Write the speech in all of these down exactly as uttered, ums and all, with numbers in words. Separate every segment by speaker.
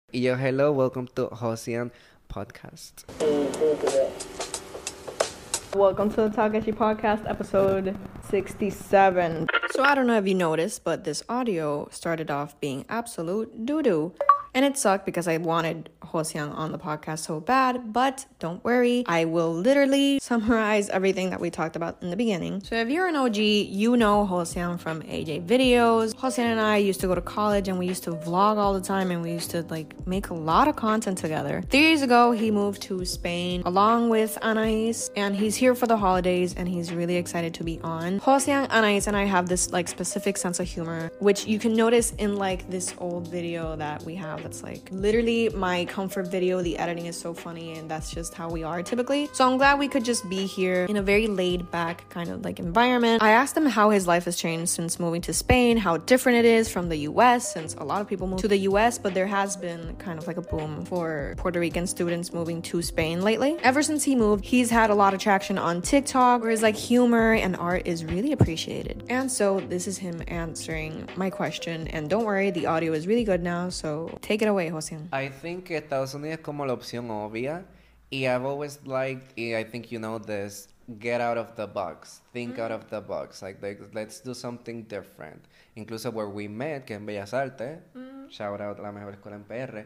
Speaker 1: Yo, hello, welcome to Hosian Podcast.
Speaker 2: Welcome to the Takashi Podcast, episode sixty-seven. So I don't know if you noticed, but this audio started off being absolute doo-doo. And it sucked because I wanted Hosiang on the podcast so bad, but don't worry, I will literally summarize everything that we talked about in the beginning. So if you're an O G, you know Hosiang from A J videos. Hosiang and I used to go to college and we used to vlog all the time and we used to like make a lot of content together. Three years ago, he moved to Spain along with Anais and he's here for the holidays and he's really excited to be on. Hosiang, Anais, and I have this like specific sense of humor, which you can notice in like this old video that we have that's like literally my comfort video. The editing is so funny and that's just how we are typically. So I'm glad we could just be here in a very laid back kind of like environment. I asked him how his life has changed since moving to Spain, how different it is from the U S since a lot of people move to the U S, but there has been kind of like a boom for Puerto Rican students moving to Spain lately. Ever since he moved, he's had a lot of traction on TikTok where his like humor and art is really appreciated. And so this is him answering my question, and don't worry, the audio is really good now, so take it away, Hosiang.
Speaker 1: I think Estados Unidos es como la opción obvia, y I've always liked, y I think you know this, get out of the box, think mm-hmm. out of the box, like, like let's do something different. Incluso where we met, que en Bellas Artes, mm-hmm. shout out a la mejor escuela en P R,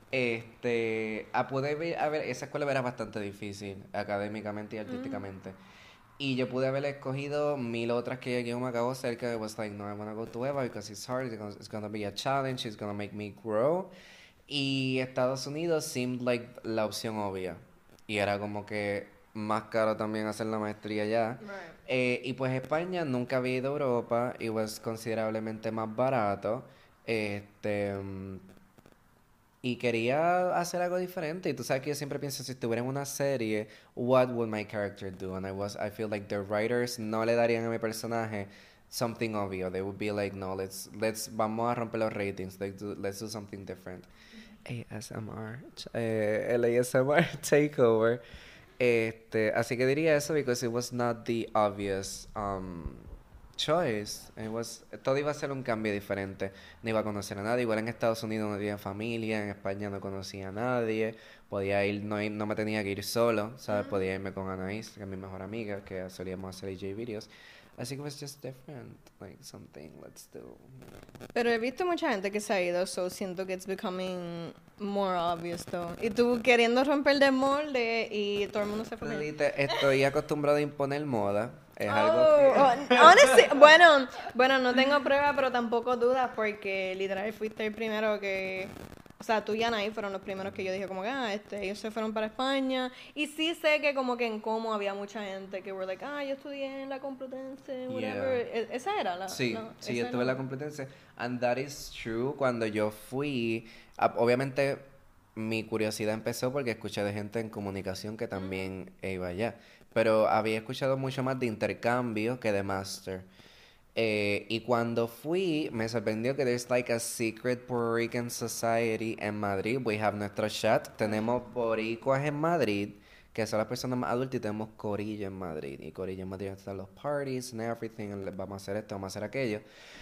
Speaker 1: este, a poder ver, a ver, esa escuela era bastante difícil, académicamente y artísticamente. Mm-hmm. Y yo pude haber escogido mil otras que yo me acabo cerca. It was like, no, I want to go to Eva because it's hard, it's going to be a challenge, it's going to make me grow. Y Estados Unidos seemed like la opción obvia. Y era como que más caro también hacer la maestría allá. Right. Eh, y pues España, nunca había ido a Europa, y was considerablemente más barato. Este... Y quería hacer algo diferente. Y tú sabes que yo siempre pienso, si estuviera en una serie, what would my character do? And I was, I feel like the writers no le darían a mi personaje something obvious. They would be like, no, let's, let's, vamos a romper los ratings. Let's do, let's do something different. A S M R, eh, el A S M R takeover. Este, así que diría eso because it was not the obvious um, choice. It was, todo iba a ser un cambio diferente. No iba a conocer a nadie. Igual en Estados Unidos no tenía familia, en España no conocía a nadie. Podía ir, no, no me tenía que ir solo, ¿sabes? Mm-hmm. Podía irme con Anaís, que es mi mejor amiga, que solíamos hacer A J videos. Así que it was just different, like something, let's do.
Speaker 2: Pero he visto mucha gente que se ha ido, so siento que it's becoming more obvious though. Y tú queriendo romper el molde y todo el mundo se fue.
Speaker 1: Estoy acostumbrado a imponer moda. Es
Speaker 2: oh,
Speaker 1: algo que...
Speaker 2: oh, honestly, bueno, bueno, no tengo pruebas, pero tampoco dudas porque literal fuiste el primero que... O sea, tú y Anaí fueron los primeros que yo dije como que, ah, este, ellos se fueron para España. Y sí sé que como que en Como había mucha gente que were like, ah, yo estudié en la Complutense, whatever. Yeah. ¿E- ¿Esa era la...?
Speaker 1: Sí,
Speaker 2: no,
Speaker 1: sí, yo estuve en la Complutense. And that is true. Cuando yo fui, obviamente mi curiosidad empezó porque escuché de gente en comunicación que también iba allá. Pero había escuchado mucho más de intercambio que de master. Eh, y cuando fui, me sorprendió que there's like a secret Puerto Rican society en Madrid. We have nuestro chat. Tenemos boricuas en Madrid, que son las personas más adultas, y tenemos corillo en Madrid. Y corillo en Madrid están los parties and everything. And vamos a hacer esto, vamos a hacer aquello.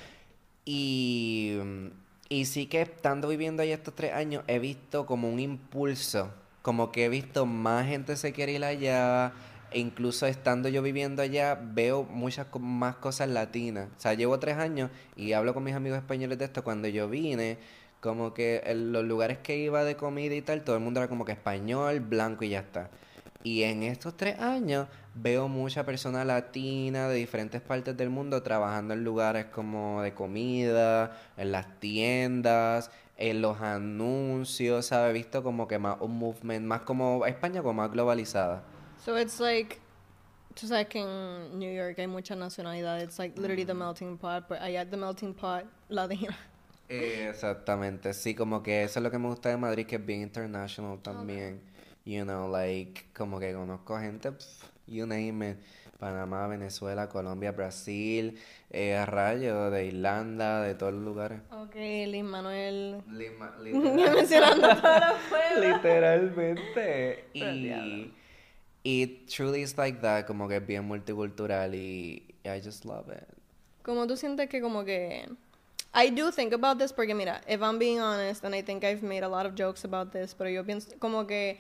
Speaker 1: Y, y sí que estando viviendo ahí estos tres años, he visto como un impulso. Como que he visto más gente se quiere ir allá. E incluso estando yo viviendo allá, veo muchas co- más cosas latinas. O sea, llevo tres años y hablo con mis amigos españoles de esto. Cuando yo vine, como que en los lugares que iba de comida y tal, todo el mundo era como que español, blanco y ya está. Y en estos tres años veo mucha persona latina de diferentes partes del mundo trabajando en lugares como de comida, en las tiendas, en los anuncios, ¿sabes? He visto como que más un movement, más como España como más globalizada.
Speaker 2: So it's like, tú sabes que en New York hay mucha nacionalidad. It's like literally the melting pot, but allá the melting pot latina.
Speaker 1: Eh, exactamente, sí, como que eso es lo que me gusta de Madrid, que es bien international también. Okay. You know, like, como que conozco gente, pff, you name it, Panamá, Venezuela, Colombia, Brasil, eh, rayo, de Irlanda, de todos los lugares.
Speaker 2: Ok, Lin Manuel.
Speaker 1: Lima, literal.
Speaker 2: Mencionando todos los pueblos.
Speaker 1: Literalmente. Y... Y truly is like that, como que es bien multicultural y I just love it.
Speaker 2: Como tú sientes que como que I do think about this porque mira, if I'm being honest, and I think I've made a lot of jokes about this, pero yo pienso como que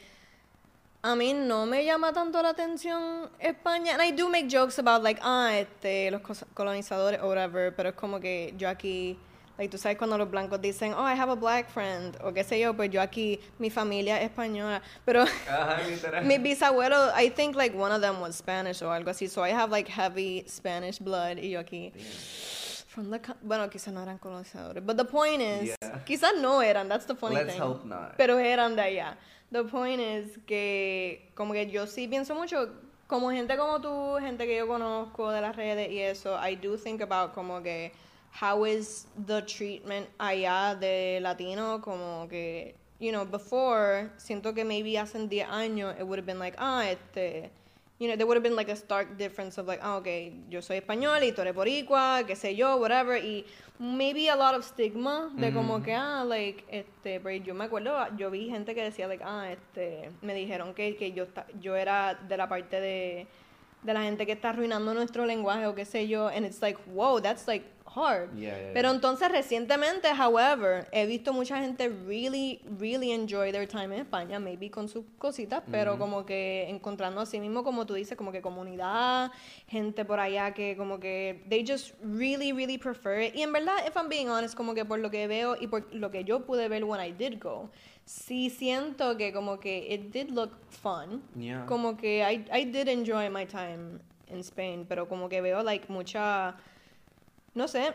Speaker 2: a mí no me llama tanto la atención España. And I do make jokes about like, ah, este, los colonizadores or whatever, pero es como que yo aquí, like, tú sabes cuando los blancos dicen, oh, I have a black friend, o qué sé yo, pues yo aquí, mi familia es española. Pero
Speaker 1: Ajá, literal.
Speaker 2: mi bisabuelo, I think like one of them was Spanish o algo así, so I have like heavy Spanish blood, y yo aquí... Yeah. From the, bueno, quizás no eran colonizadores. But the point is, yeah. quizás no eran, that's the funny
Speaker 1: Let's
Speaker 2: thing.
Speaker 1: Let's hope not.
Speaker 2: Pero eran de allá. The point is que, como que yo sí pienso mucho, como gente como tú, gente que yo conozco de las redes y eso, I do think about como que, how is the treatment allá de latino, como que, you know, before, siento que maybe hace diez años, it would have been like, ah, este... You know, there would have been like a stark difference of like, oh, okay, yo soy español y tú eres boricua, qué sé yo, whatever, y maybe a lot of stigma de como mm-hmm. que, ah, like, este, pero yo me acuerdo, yo vi gente que decía, like, ah, este, me dijeron que, que yo, yo era de la parte de, de la gente que está arruinando nuestro lenguaje o qué sé yo, and it's like, wow, that's like hard.
Speaker 1: Yeah, yeah,
Speaker 2: pero
Speaker 1: yeah.
Speaker 2: entonces recientemente, however, he visto mucha gente really, really enjoy their time en España, maybe con sus cositas, mm-hmm. pero como que encontrando a sí mismo, como tú dices, como que comunidad, gente por allá que como que they just really, really prefer it. Y en verdad, if I'm being honest, como que por lo que veo y por lo que yo pude ver when I did go, sí siento que como que it did look fun.
Speaker 1: Yeah.
Speaker 2: Como que I, I did enjoy my time in Spain, pero como que veo like mucha... No sé,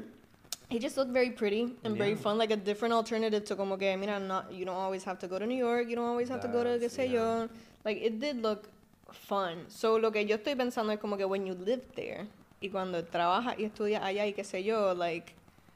Speaker 2: it just looked very pretty and yeah. very fun, like a different alternative to como que, mira, not, you don't always have to go to New York, you don't always have That's, to go to, qué sé yeah. yo. Like, it did look fun. So, lo que yo estoy pensando es como que when you live there, y cuando trabajas y estudias allá y qué sé yo, like,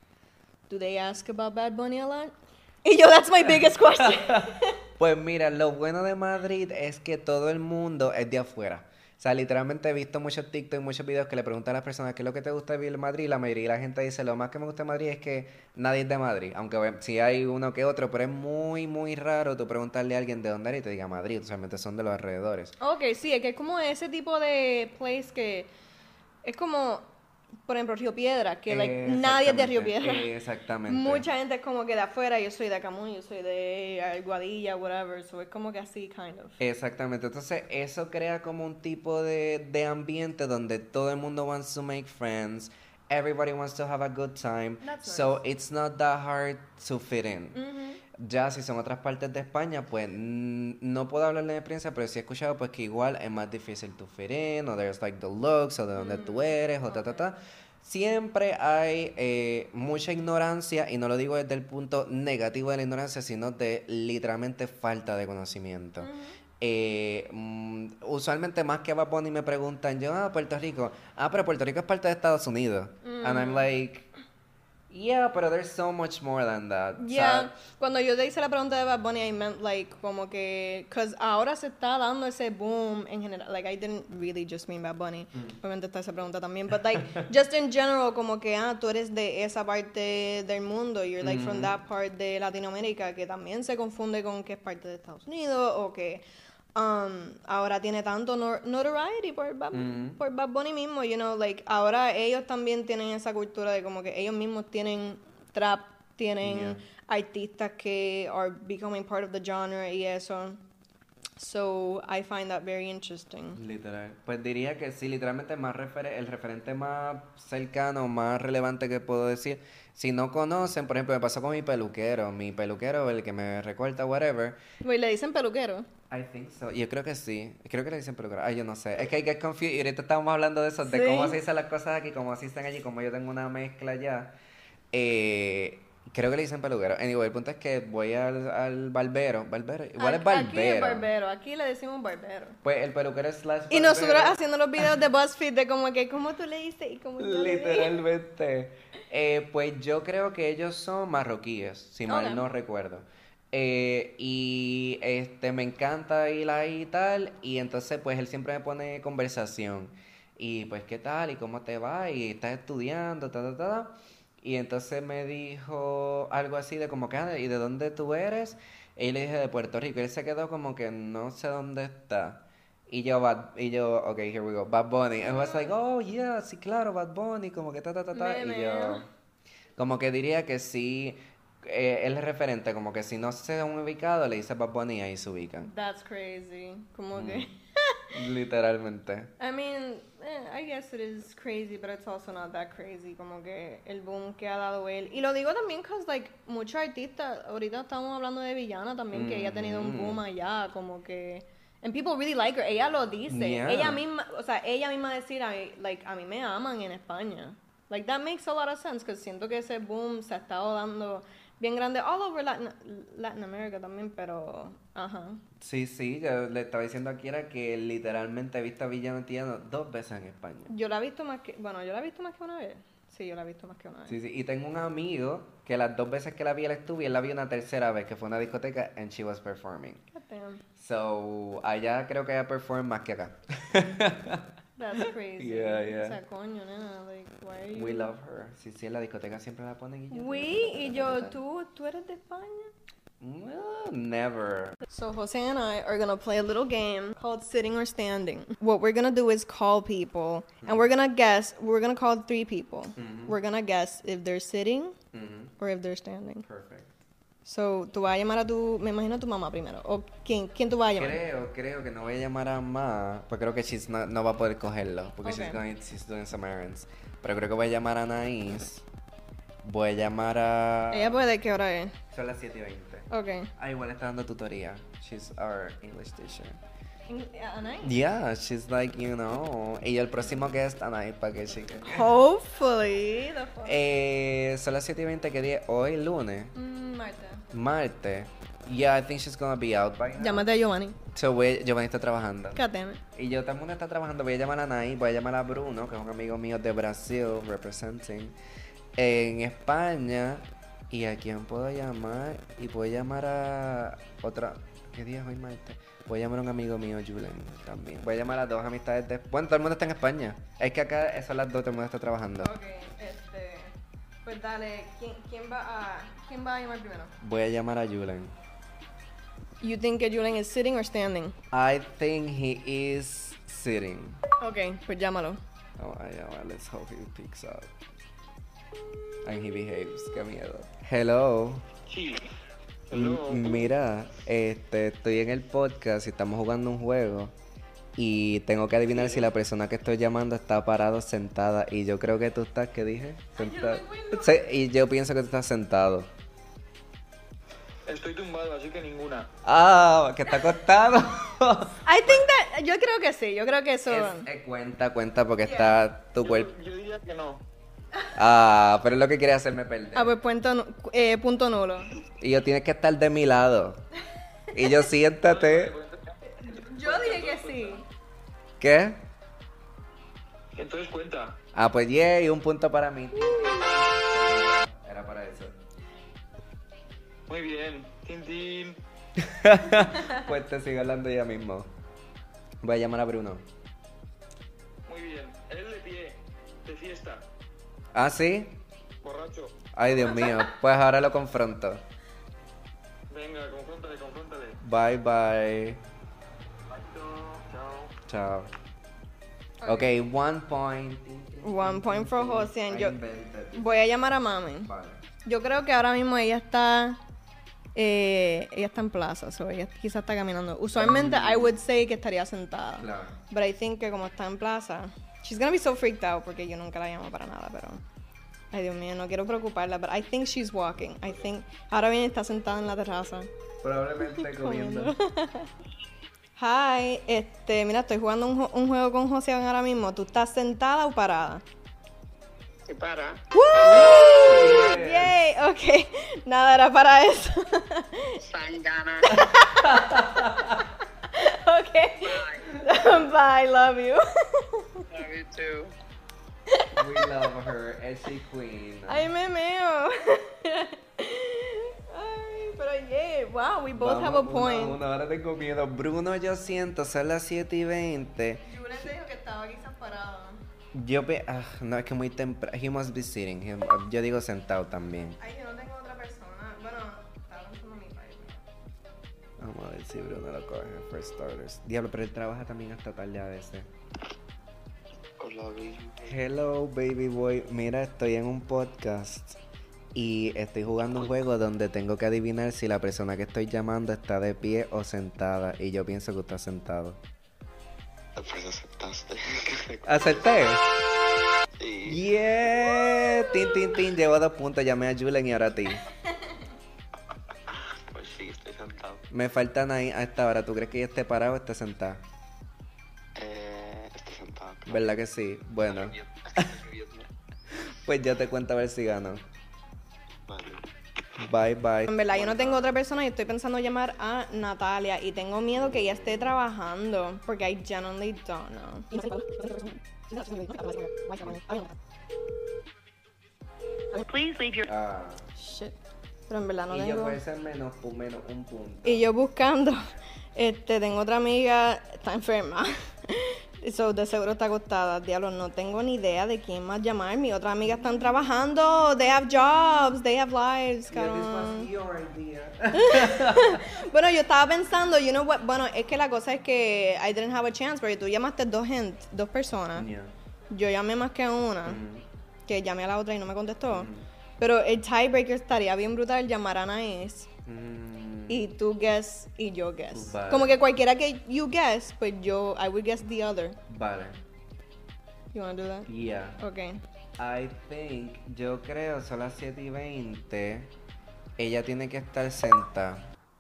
Speaker 2: do they ask about Bad Bunny a lot? Y yo, that's my biggest question.
Speaker 1: Pues mira, lo bueno de Madrid es que todo el mundo es de afuera. O sea, literalmente he visto muchos TikTok y muchos videos que le preguntan a las personas qué es lo que te gusta de vivir en Madrid. La mayoría de la gente dice, lo más que me gusta de Madrid es que nadie es de Madrid. Aunque bueno, sí hay uno que otro, pero es muy, muy raro tú preguntarle a alguien de dónde eres y te diga Madrid. Usualmente son de los alrededores.
Speaker 2: Ok, sí, es que es como ese tipo de place que es como... Por ejemplo, Río Piedra, que like, nadie es de Río Piedra.
Speaker 1: Exactamente.
Speaker 2: Mucha gente es como que de afuera, yo soy de Camuy, yo soy de Aguadilla, whatever, so es como que así, kind of.
Speaker 1: Exactamente, entonces eso crea como un tipo de, de ambiente donde todo el mundo wants to make friends, everybody wants to have a good time,
Speaker 2: That's
Speaker 1: so
Speaker 2: nice.
Speaker 1: It's not that hard to fit in.
Speaker 2: Mm-hmm.
Speaker 1: Ya si son otras partes de España, pues mm, no puedo hablar de mi experiencia, pero sí he escuchado pues que igual es más difícil to fit in, o there's like the looks, o de dónde mm, tú eres, o okay. ta, ta, ta. Siempre hay eh, mucha ignorancia, y no lo digo desde el punto negativo de la ignorancia, sino de literalmente falta de conocimiento. Uh-huh. Eh, mm, usualmente más que Bad Bunny me preguntan, yo, ah, Puerto Rico, ah, pero Puerto Rico es parte de Estados Unidos. Mm. And I'm like... Yeah, pero there's so much more than that.
Speaker 2: Yeah,
Speaker 1: o sea,
Speaker 2: cuando yo te hice la pregunta de Bad Bunny, I meant like como que, cause ahora se está dando ese boom en general. Like I didn't really just mean Bad Bunny. Mm. Obviamente está esa pregunta también, but like just in general como que ah, tú eres de esa parte del mundo, you're like mm. from that part de Latinoamérica, que también se confunde con que es parte de Estados Unidos o que Um, ahora tiene tanto nor- notoriety por Bad, mm-hmm. por Bad Bunny mismo, you know, like, ahora ellos también tienen esa cultura de como que ellos mismos tienen trap, tienen yeah. artistas que are becoming part of the genre y eso. So, I find that very interesting.
Speaker 1: Literal. Pues diría que sí, literalmente más refer- el referente más cercano, más relevante que puedo decir. Si no conocen, por ejemplo, me pasó con mi peluquero. Mi peluquero, el que me recorta, whatever.
Speaker 2: Güey, ¿le dicen peluquero?
Speaker 1: I think so. Yo creo que sí. Creo que le dicen peluquero. Ay, yo no sé. Es que I get confused. Y ahorita estamos hablando de eso,
Speaker 2: ¿Sí?
Speaker 1: de cómo se dicen las cosas aquí, cómo se dicen allí, como yo tengo una mezcla ya. Eh... Creo que le dicen peluquero. Anyway, el punto es que voy al, al barbero. ¿Barbero? Igual es barbero.
Speaker 2: Aquí es barbero. Aquí le decimos barbero.
Speaker 1: Pues el peluquero es slash barbero.
Speaker 2: Y nosotros haciendo los videos de BuzzFeed de como que, ¿cómo tú le dices? Y cómo yo
Speaker 1: Literalmente. Eh, pues yo creo que ellos son marroquíes, si mal
Speaker 2: okay.
Speaker 1: no recuerdo. Eh, y este me encanta ir ahí y tal. Y entonces pues él siempre me pone conversación. Y pues, ¿qué tal? ¿Y cómo te va? ¿Y estás estudiando? Ta, ta, ta. Y entonces me dijo algo así de como que, ah, ¿y de dónde tú eres? Y le dije de Puerto Rico. Y él se quedó como que no sé dónde está. Y yo, Bad, y yo, ok, here we go, Bad Bunny. And I was like, oh, yeah, sí, claro, Bad Bunny, como que ta, ta, ta, ta. Y yo, Como que diría que sí, eh, él es referente, como que si no se han ubicado, le dice Bad Bunny y ahí se ubican.
Speaker 2: That's crazy. Como
Speaker 1: Mm.
Speaker 2: que...
Speaker 1: Literalmente.
Speaker 2: I mean, eh, I guess it is crazy, but it's also not that crazy. Como que el boom que ha dado él. Y lo digo también because, like, muchos artistas, ahorita estamos hablando de Villana también, que ella ha tenido un boom allá, como que... And people really like her. Ella lo dice.
Speaker 1: Yeah.
Speaker 2: Ella misma, o sea, ella misma decir, I, like, a mí me aman en España. Like, that makes a lot of sense, because siento que ese boom se ha estado dando bien grande all over Latin, Latin America también, pero... Ajá.
Speaker 1: Sí, sí, yo le estaba diciendo a Kiera que literalmente he visto a Villano Tiano dos veces en España.
Speaker 2: Yo la he visto más que... Bueno, yo la he visto más que una vez. Sí, yo la he visto más que una vez.
Speaker 1: Sí, sí, y tengo un amigo que las dos veces que la vi él estuvo y él la vio una tercera vez, que fue una discoteca and she was performing.
Speaker 2: God damn.
Speaker 1: So, allá creo que ella perform más que acá.
Speaker 2: That's crazy.
Speaker 1: Yeah, yeah.
Speaker 2: O sea, coño, nena, like, why are you...
Speaker 1: We love her. Sí, sí, en la discoteca siempre la ponen y yo...
Speaker 2: We, y yo, ¿tú, tú eres de España?
Speaker 1: No, never.
Speaker 2: So Jose and I are gonna play a little game called Sitting or Standing. What we're gonna do is call people, and we're gonna guess. We're gonna call three people.
Speaker 1: Mm-hmm.
Speaker 2: We're gonna guess if they're sitting
Speaker 1: Mm-hmm.
Speaker 2: or if they're standing.
Speaker 1: Perfect.
Speaker 2: So tú vas a llamar a tu, me imagino a tu mamá primero. ¿O quién, quién tú vas a llamar?
Speaker 1: Creo, creo que no voy a llamar a Ma, pues creo que she's not, no va a poder cogerlo, porque
Speaker 2: Okay.
Speaker 1: she's, going, she's doing some errands. Pero creo que voy a llamar a Anaís. Voy a llamar a...
Speaker 2: Ella puede, ¿qué hora es?
Speaker 1: Son las siete y veinte.
Speaker 2: Okay.
Speaker 1: Ah, igual está dando tutoría. She's our English teacher.
Speaker 2: Anaí?
Speaker 1: Yeah, she's like, you know. Y el próximo guest, Anaís, para que chique.
Speaker 2: Hopefully. The fuck.
Speaker 1: Eh, son las siete y veinte, ¿qué día? Hoy, lunes.
Speaker 2: Mm, Marta.
Speaker 1: Martes. Yeah, I think she's gonna be out by now.
Speaker 2: Llámate a Giovanni.
Speaker 1: So, voy, Giovanni está trabajando.
Speaker 2: Cateme.
Speaker 1: Y yo, todo el mundo está trabajando. Voy a llamar a Anaí, voy a llamar a Bruno, que es un amigo mío de Brasil, representing. En España. ¿Y a quién puedo llamar? Y puedo llamar a otra... ¿Qué día es hoy, martes? Voy a llamar a un amigo mío, Julen, también. Voy a llamar a dos amistades de... Bueno, todo el mundo está en España. Es que acá son las dos, todo el mundo está trabajando.
Speaker 2: Ok, este... Pues dale, ¿quién, quién, va a, ¿quién va a llamar primero?
Speaker 1: Voy a llamar a Julen.
Speaker 2: You think that Julian is sitting or standing?
Speaker 1: I think he is sitting.
Speaker 2: Ok, pues llámalo.
Speaker 1: Oh, I know. Let's hope he picks up. And he behaves. Qué miedo. Hello.
Speaker 3: Sí.
Speaker 1: M-
Speaker 3: Hello.
Speaker 1: Mira, este, estoy en el podcast y estamos jugando un juego y tengo que adivinar si la persona que estoy llamando está parada o sentada y yo creo que tú estás, ¿qué dije? Sentado. Sí, y yo pienso que tú estás sentado.
Speaker 3: Estoy tumbado, así que ninguna.
Speaker 1: Ah, que está acostado.
Speaker 2: I think that... Yo creo que sí, yo creo que eso...
Speaker 1: Es- eh, cuenta, cuenta porque está tu
Speaker 3: Yo,
Speaker 1: cuerpo.
Speaker 3: yo diría que no.
Speaker 1: Ah, pero es lo que quiere hacerme perder.
Speaker 2: Ah, pues punto, nu- eh, punto nulo.
Speaker 1: Y yo tienes que estar de mi lado. Y yo siéntate.
Speaker 2: Yo dije que sí.
Speaker 1: ¿Qué?
Speaker 3: Entonces cuenta.
Speaker 1: Ah, pues yeah, y un punto para mí. Era para eso.
Speaker 3: Muy bien. Tintín.
Speaker 1: Pues te sigo hablando ya mismo. Voy a llamar a Bruno.
Speaker 3: Muy bien. Él de pie. De fiesta.
Speaker 1: ¿Ah, sí?
Speaker 3: Borracho.
Speaker 1: Ay, Dios mío. Pues ahora lo confronto.
Speaker 3: Venga, confróntale, confróntale.
Speaker 1: Bye, bye.
Speaker 3: Chao.
Speaker 1: Chao. Ok, one point.
Speaker 2: One point for Jose and
Speaker 1: I
Speaker 2: yo...
Speaker 1: invented.
Speaker 2: Voy a llamar a mami.
Speaker 1: Vale.
Speaker 2: Yo creo que ahora mismo ella está... Eh, ella está en plaza, so ella quizás está caminando. Usualmente I would say que estaría sentada.
Speaker 1: Claro.
Speaker 2: But I think que como está en plaza, she's gonna be so freaked out porque yo nunca la llamo para nada, pero... Ay, Dios mío, no quiero preocuparla, but I think she's walking. I think... Ahora bien está sentada en la terraza.
Speaker 1: Probablemente comiendo.
Speaker 2: Hi, este, mira, estoy jugando un, ju- un juego con José ahora mismo. ¿Tú estás sentada o parada?
Speaker 3: ¿Qué para?
Speaker 2: ¡Woo! ¡Yay! Ok, nada, era para eso.
Speaker 3: Sangana.
Speaker 2: Ok. Bye, love you.
Speaker 3: Love you too.
Speaker 1: We love her. Essie Queen.
Speaker 2: Ay, me meo. Ay, pero yeah, wow, we both
Speaker 1: Vamos
Speaker 2: have a
Speaker 1: uno
Speaker 2: point.
Speaker 1: uno, ahora tengo miedo. Bruno, yo siento, son las siete y veinte.
Speaker 2: Julen te dijo que estaba quizás parado.
Speaker 1: Yo pe... ah, no, es que muy temprano. He must be sitting. He- Yo digo sentado también.
Speaker 2: Ay, yo no tengo otra persona. Bueno, estaba pensando en mi país.
Speaker 1: Vamos a ver si Bruno lo coge. For starters. Diablo, pero él trabaja también hasta tarde a veces.
Speaker 3: Hola, baby.
Speaker 1: Hello, baby boy. Mira, estoy en un podcast y estoy jugando un juego donde tengo que adivinar si la persona que estoy llamando está de pie o sentada. Y yo pienso que está sentado.
Speaker 4: Pues aceptaste.
Speaker 1: ¿Acepté?
Speaker 4: Sí.
Speaker 1: Yeah. Tin, tin, tin. Llevo dos puntos. Llamé a Julen y ahora a ti.
Speaker 4: Pues sí, estoy sentado.
Speaker 1: Me faltan ahí a esta hora. ¿Tú crees que ella esté parada o esté sentada?
Speaker 4: Eh, estoy sentado. Claro.
Speaker 1: ¿Verdad que sí? Bueno,
Speaker 4: Estoy bien, estoy bien.
Speaker 1: pues yo te cuento a ver si gano.
Speaker 4: Vale.
Speaker 1: Bye, bye.
Speaker 2: En verdad, yo no tengo otra persona y estoy pensando llamar a Natalia y tengo miedo que ella esté trabajando porque I genuinely don't know.
Speaker 5: Please leave your
Speaker 1: Ah.
Speaker 2: Shit. Pero en verdad no
Speaker 1: y yo
Speaker 2: tengo.
Speaker 1: puede ser menos, pu- menos un punto.
Speaker 2: Y yo buscando, este, tengo otra amiga, está enferma. So, de seguro está acostada. Diablo, no tengo ni idea de quién más llamar. Mis otras amigas están trabajando. They have jobs. They have lives,
Speaker 1: Yeah, this
Speaker 2: cabrón.
Speaker 1: was your idea.
Speaker 2: Bueno, yo estaba pensando, you know what? Bueno, es que la cosa es que I didn't have a chance porque tú llamaste dos gente, dos personas.
Speaker 1: Yeah.
Speaker 2: Yo llamé más que a una,
Speaker 1: Mm,
Speaker 2: que llamé a la otra y no me contestó.
Speaker 1: mm,
Speaker 2: Pero el tiebreaker estaría bien brutal llamar a Anaís.
Speaker 1: mm.
Speaker 2: Y tú guess y yo guess.
Speaker 1: Vale.
Speaker 2: Como que cualquiera que you guess, pues yo, I would guess the other.
Speaker 1: Vale.
Speaker 2: You wanna do that?
Speaker 1: Yeah.
Speaker 2: Okay.
Speaker 1: I think, yo creo, son las siete y veinte. Ella tiene que estar sentada.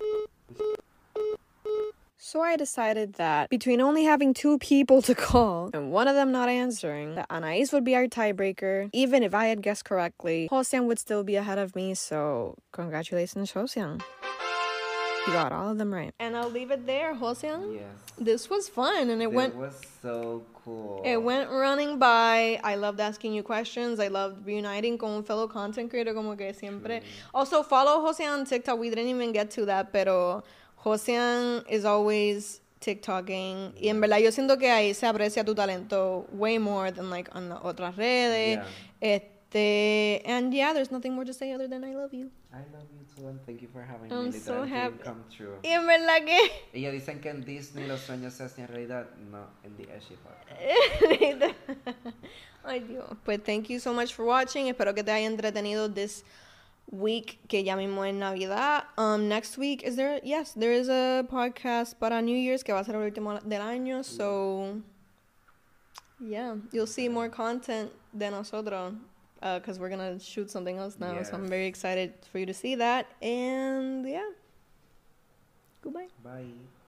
Speaker 2: So I decided that between only having two people to call and one of them not answering, that Anais would be our tiebreaker. Even if I had guessed correctly, Hosian would still be ahead of me, so congratulations, Hosian. You got all of them right. And I'll leave it there, Hosian.
Speaker 1: Yes.
Speaker 2: This was fun and it
Speaker 1: It
Speaker 2: went
Speaker 1: was so cool.
Speaker 2: It went running by. I loved asking you questions. I loved reuniting con un fellow content creator como que siempre. Also, follow Josian on TikTok. We didn't even get to that, pero Josian is always TikToking. Y en verdad yo siento que ahí se aprecia tu talento way more than like on the otras redes.
Speaker 1: Yeah.
Speaker 2: Este, and yeah, there's nothing more to say other than I love you.
Speaker 1: I love you too and thank you for having
Speaker 2: I'm
Speaker 1: me.
Speaker 2: so
Speaker 1: Literal dream
Speaker 2: happy.
Speaker 1: come true.
Speaker 2: Y en verdad que...
Speaker 1: Ellos dicen que en Disney los sueños se hacen realidad. No, en The Eshy Podcast.
Speaker 2: Ay, Dios. Pues thank you so much for watching. Espero que te haya entretenido this week, que ya mismo es Navidad. Um, next week, is there? Yes, there is a podcast para New Year's que va a ser el último del año. So, yeah, you'll see more content de nosotros. Because uh, we're going to shoot something else now.
Speaker 1: Yes.
Speaker 2: So I'm very excited for you to see that. And yeah. Goodbye.
Speaker 1: Bye.